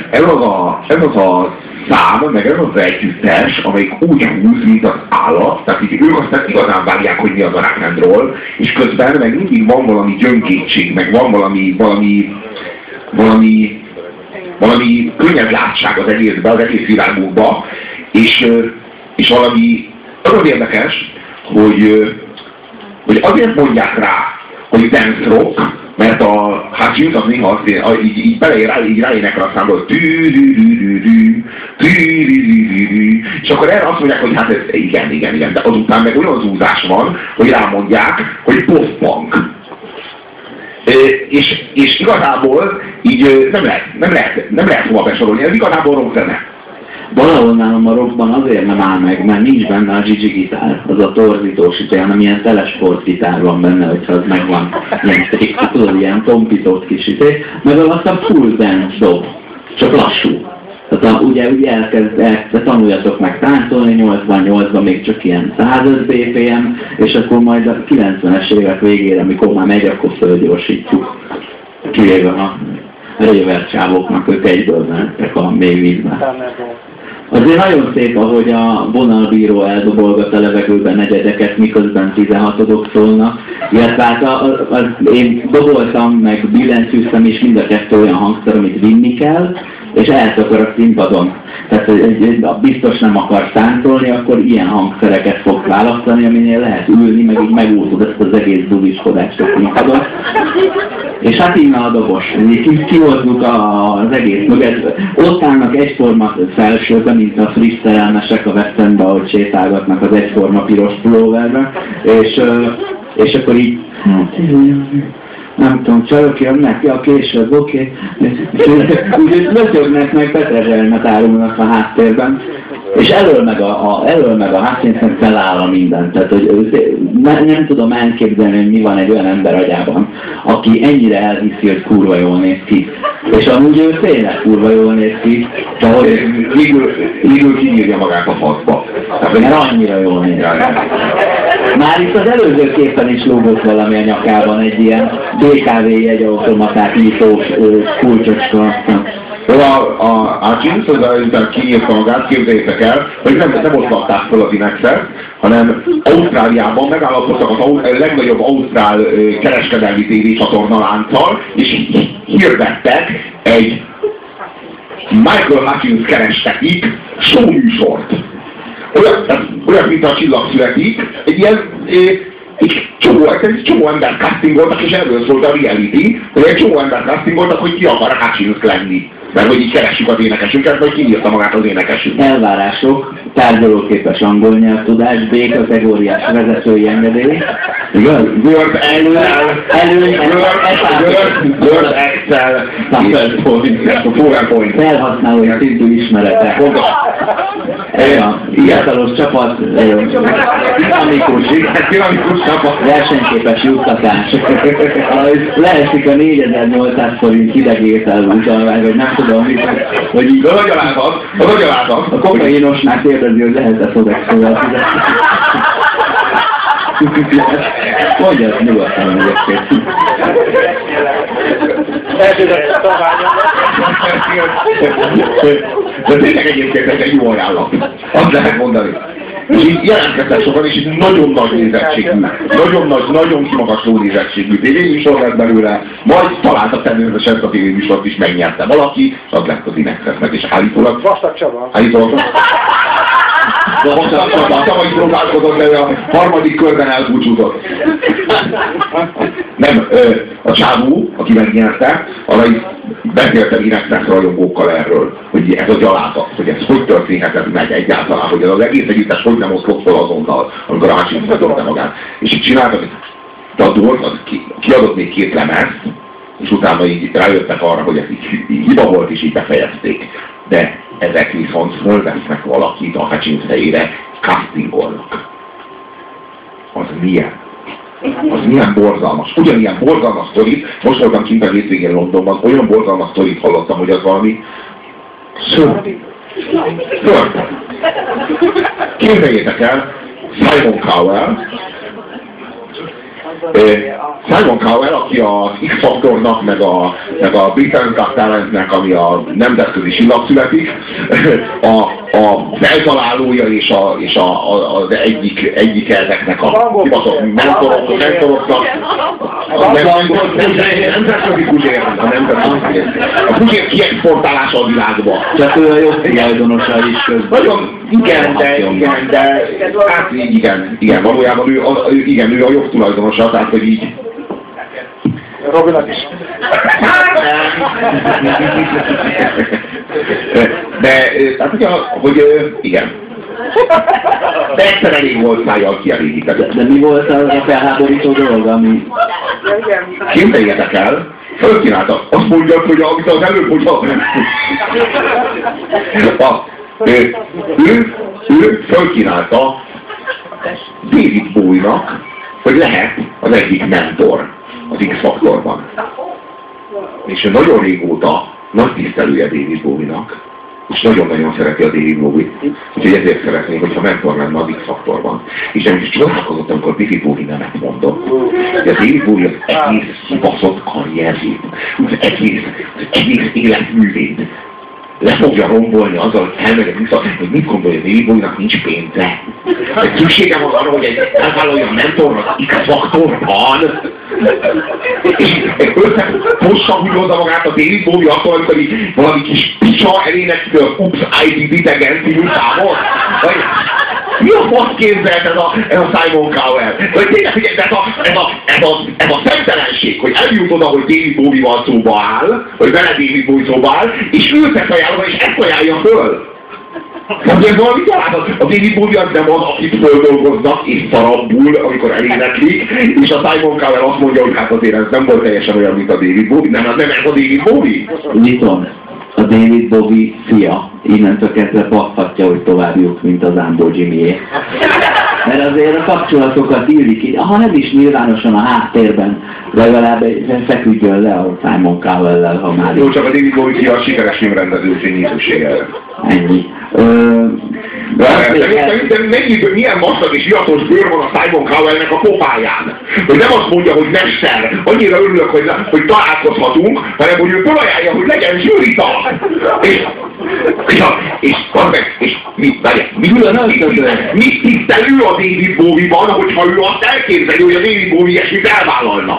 ez az a szám, meg ez az együttes, amelyik úgy húz, mint az állat, tehát így ők aztán igazán vágják, hogy mi az a rock and roll, és közben meg mindig van valami gyöngétség, meg van valami könnyed látság az egészben, az egész világunkban, és valami nagyon érdekes, hogy azért mondják rá, hogy dance rock, mert a Hutchins az néha így ráénekel a számba, hogy és akkor erre azt mondják, hogy hát ez igen, de azután meg olyan zúzás van, hogy rámondják, hogy post-punk. És igazából így nem lehet hova besorolni, ez igazából rockzene. Valahol nálam a rockban azért nem áll meg, mert nincs benne a Gigi gitár, az a torzítós gitár, hanem ilyen telesport gitár van benne, hogyha az megvan, ilyen tompított kis idő, meg alatt a full dance dob, csak lassú. Tehát ugye tanuljatok meg táncolni, 88-ban még csak ilyen 105 BPM, és akkor majd a 90-es évek végére, amikor már megy, akkor fölgyorsítjuk. Kivéve a réver csávoknak, ők egyből mentek a mély vízbe. Azért nagyon szép, ahogy a vonalbíró eldobolgat a levegőben negyedeket, miközben 16-odok szólnak. Illetve hát én doboltam, meg billentyűztem is, mind a kettő olyan hangszer, amit vinni kell, és elszakar a színpadon. Tehát biztos nem akar táncolni, akkor ilyen hangszereket fog választani, aminél lehet ülni, meg így megúszod ezt az egész buliskodást a színpadon. És hát innen a dobos, kihozzuk az egész mögött. Ott állnak egyforma felsőben, mint a freestyle-esek a West Endben, ahogy sétálgatnak az egyforma piros pulóverben, és akkor így, nem tudom, csajok jönnek, ja, később, oké. Úgy lötyögnek, meg petrezselmet árulnak a háttérben. És elől meg a háttérben feláll a mindent. Tehát, hogy nem tudom elképzelni, hogy mi van egy olyan ember agyában, aki ennyire elhiszi, hogy kurva jól néz ki. És amúgy ő tényleg kurva jól néz ki, de hogy Végül kinyírja magát a faszba. mert annyira jól néz ki. Már itt az előző képen is lógott valami a nyakában egy ilyen BKV jegyautomatát nyitós kulcsocska. A Hutchins az kinyírta magát, képzeljétek el, hogy nem ott lakták fel az Inexet, hanem Ausztráliában megállapodtak a legnagyobb ausztrál kereskedelmi tévécsatorna lánccal, és hirdettek egy Michael Hutchins kereskedik showműsort. Olyan, mint a Csillag születik, egy csomó ember castingoltak, és erről szólt a reality, hogy egy csomó ember castingoltak, hogy ki akar Hutchins lenni. Mert hogy így keressük az énekesünket, vagy kinyírta magát az énekesünk. Elvárások, tárgyalóképes angol nyelvtudás, B-kategóriás vezetői engedély. Igaz? Word, Excel, PowerPoint. Felhasználói szintű ismerete. Hivatalos csapat, dinamikus csapat, versenyképes juttatás. Leesik a 4800 forint hidegétel utalvány, vagy nem tudom mit, hogy így... Az agyalázat. A kokainosnál kérdezi, hogy lehet-e Sodexóval fizetni. Mondja, nyugodtan egyébként. De tényleg egyébként ez egy jó ajánlat. Azt lehet mondani. És így jelentkeztek sokan, és így nagyon nagy nézettségű, nagyon kimagasló nézettségű tévéműsor lett belőle, majd találta természetesen ezt a tévéműsort is megnyerte valaki, és az lett az Inexesnek, és állítólag... Vastag Csaba. Tavaly próbálkozott, de a harmadik körben elbúcsúzott. Nem, a csávó, aki megnyerte, arra is beszéltem Inexes rajongókkal erről, hogy ez a gyalázat, hogy ez hogy történhetett meg egyáltalán, hogy ez az egész együttes hogy nem oszlott fel azonnal, amikor a Hutchins bedobta magát. És így csináltak, de a dolg, az kiadott még 2 lemezt, és utána így rájöttek arra, hogy ez így hiba volt, és így befejezték. De ezek viszont fölvesznek valakit a Hutchins helyére, castingolnak. Az milyen? Az milyen borzalmas. Ugyanilyen borzalmas sztorit, most voltam kint a hétvégén Londonban, olyan borzalmas sztorit hallottam, hogy az valami szörny. Képzeljétek el, Simon Cowell, Simon Cowell, aki az X-Factornak, meg a Britain's Got Talentnek, ami a nemzetközi csillag születik, a feltalálója és az egyik ezeknek a hivatott mentoroknak, a nemzetközi Puzsér, a Puzsér kiexportálása a világba. Tehát ő a jogtulajdonosa is közben. Nagyon, de hát igen, valójában ő a jogtulajdonosa, tehát hogy így. Robinak is. De, tehát hogy igen. De egyszer elég volt szájjal kielégített. De mi volt az a felháborító dolog, ami... Képzeljétek el, fölkínálta. Azt mondja, hogy amit az előbb, hogy ő fölkínálta David Bowie-nak, hogy lehet az egyik mentor az X-Faktorban. És ő nagyon régóta nagy tisztelője David Bowie-nak, és nagyon-nagyon szereti a David Bowie-t, úgyhogy ezért szeretnék, hogyha mentor lenne az X-Faktorban. És nem is csodálkozott, amikor David Bowie nemet mondott. De a David Bowie az egész kibaszott karrierjét, az egész életművét le fogja rombolni azzal, hogy elmegyek vissza, hogy mit gondolja, hogy David Bowie-nak nincs pénze. Egy szüksége van arra, hogy elvállalja a mentornak X-Faktorban. És hossza húgyozza magát a David Bowie attól, amikor valami kis picsa elénektől Oops, I Did It Again című számot. Mi a fasz képzelt ez a Simon Cowell? Vagy tényleg, hogy ez a szemtelenség, hogy eljut oda, hogy David Bowie-val szóba áll, vagy vele David Bowie szóba áll, és őt ezt ajánlom, és ezt ajánlja föl. Tehát ez valami találhat. A David Bowie az nem az, akit földolgoznak, és szarabbul, amikor eléneklik, és a Simon Cowell azt mondja, hogy hát azért ez nem volt teljesen olyan, mint a David Bowie, nem ez a David Bowie. Nyitom. A David Bowie fia innentől kezdve bakhatja, hogy tovább jut, mint az Ámbó Jimmyé. Mert azért a kapcsolatokat illik, ha nem is nyilvánosan a háttérben, legalább feküdjön le a Simon Cowell-lel, ha már... Jó, csak a David Bowie fia a sikeres filmrendező színésűsége. Ennyi. De milyen vastag és vihatos bőr van a Simon Cowell-nek a pofáján. Hogy nem azt mondja, hogy mester, annyira örülök, hogy találkozhatunk, hanem hogy ő felajánlja, hogy legyen zsűritag. És mit tisztel ő a David Bowie-ban, hogyha ő azt elképzeli, hogy a David Bowie ilyesmit elvállalna?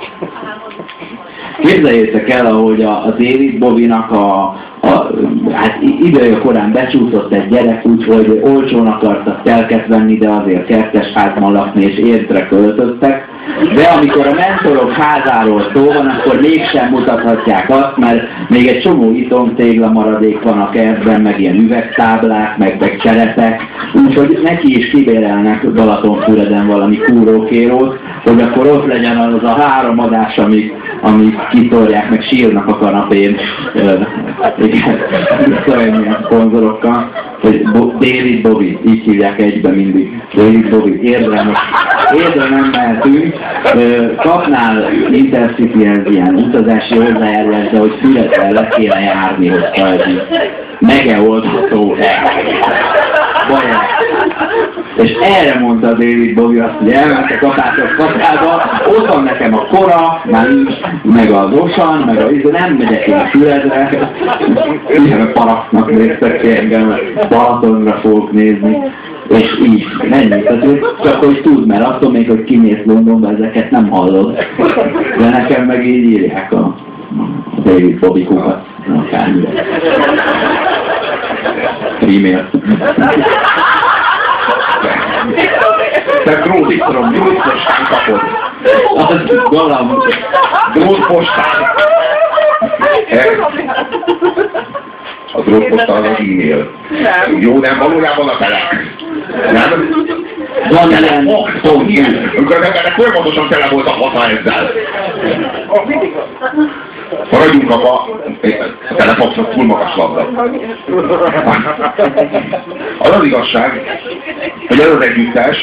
Képzeljétek el, ahogy a David Bowie-nak hát ideje korán becsúszott egy gyerek, úgyhogy olcsón akartak telket venni, de azért kertesházban lakni és értre költöztek. De amikor a mentorok házáról szó van, akkor mégsem mutathatják azt, mert még egy csomó itomtégla maradék van a kertben, meg ilyen üvegtáblák, meg cseretek, úgyhogy neki is kibérelnek Balatonfüreden valami kúrókérót, hogy akkor ott legyen az a 3 adás, amik kitolják, meg sírnak a kanapén, igen, visszavenni a szponzorokkal, hogy David Bowie, így hívják egyben mindig, David Bowie, érdre nem mehetünk, kapnál Intercity-hez ilyen utazási hozzájárulás, de hogy Füredre le kéne járni, hogy ez megoldható-e. És erre mondta David Bowie azt, hogy elmentek apátok katába, ott van nekem a Kora, már nincs, meg az Osan, meg nem megyek én a Füredre, ilyen a paraknak néztek ki engem, Balatonra fogok nézni, és így, ennyi. Csak hogy tud, mert attól még, hogy kimész Londonba, ezeket nem hallod. De nekem meg így írják a David Bowie-kukat, akármire. E-mail. Te drótpostán kapod. Az valami. Drótpostán. A drótpostán az e-mail. Jó, nem valójában a telex. Nem? Van ilyen. Amikor az embernek folyamatosan tele volt a hata ezzel. Maradjunk a telefonok full magas labda. Az igazság, hogy ez az együttes,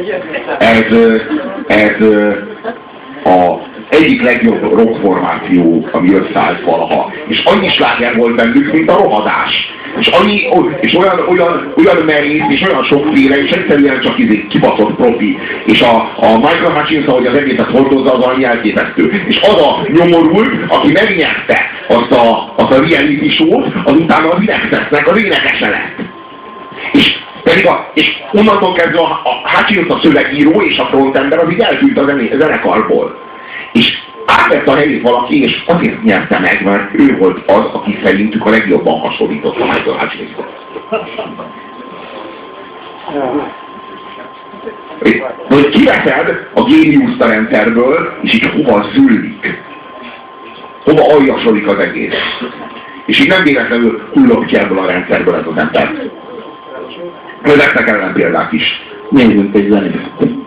ez a egyik legjobb rockformáció, ami összeállt valaha. És annyi sláger volt bennük, mint a rohadás. És olyan merész, és olyan sokféle, és egyszerűen csak kibaszott profi. És a Michael Hutchins, ahogy az egészet hordozza, az annyi elképesztő. És az a nyomorult, aki megnyerte azt a reality show-t, az utána az Inexesnek az énekese lett. És onnantól kezdve a Hutchins a szövegíró és a frontember az így eltűnt a zenekarból. És átvett a helyét valaki, és azért nyerte meg, mert ő volt az, aki szerintük a legjobban hasonlított a Michael Hutchinshoz. Hogy kiveszed a géniuszt a rendszerből, és így hova züllik. Hova aljasodik az egész. És így nem véletlenül hullott ki ebből a rendszerből ez az ember. Lesznek ellen példák is. Nézzünk egy zenét.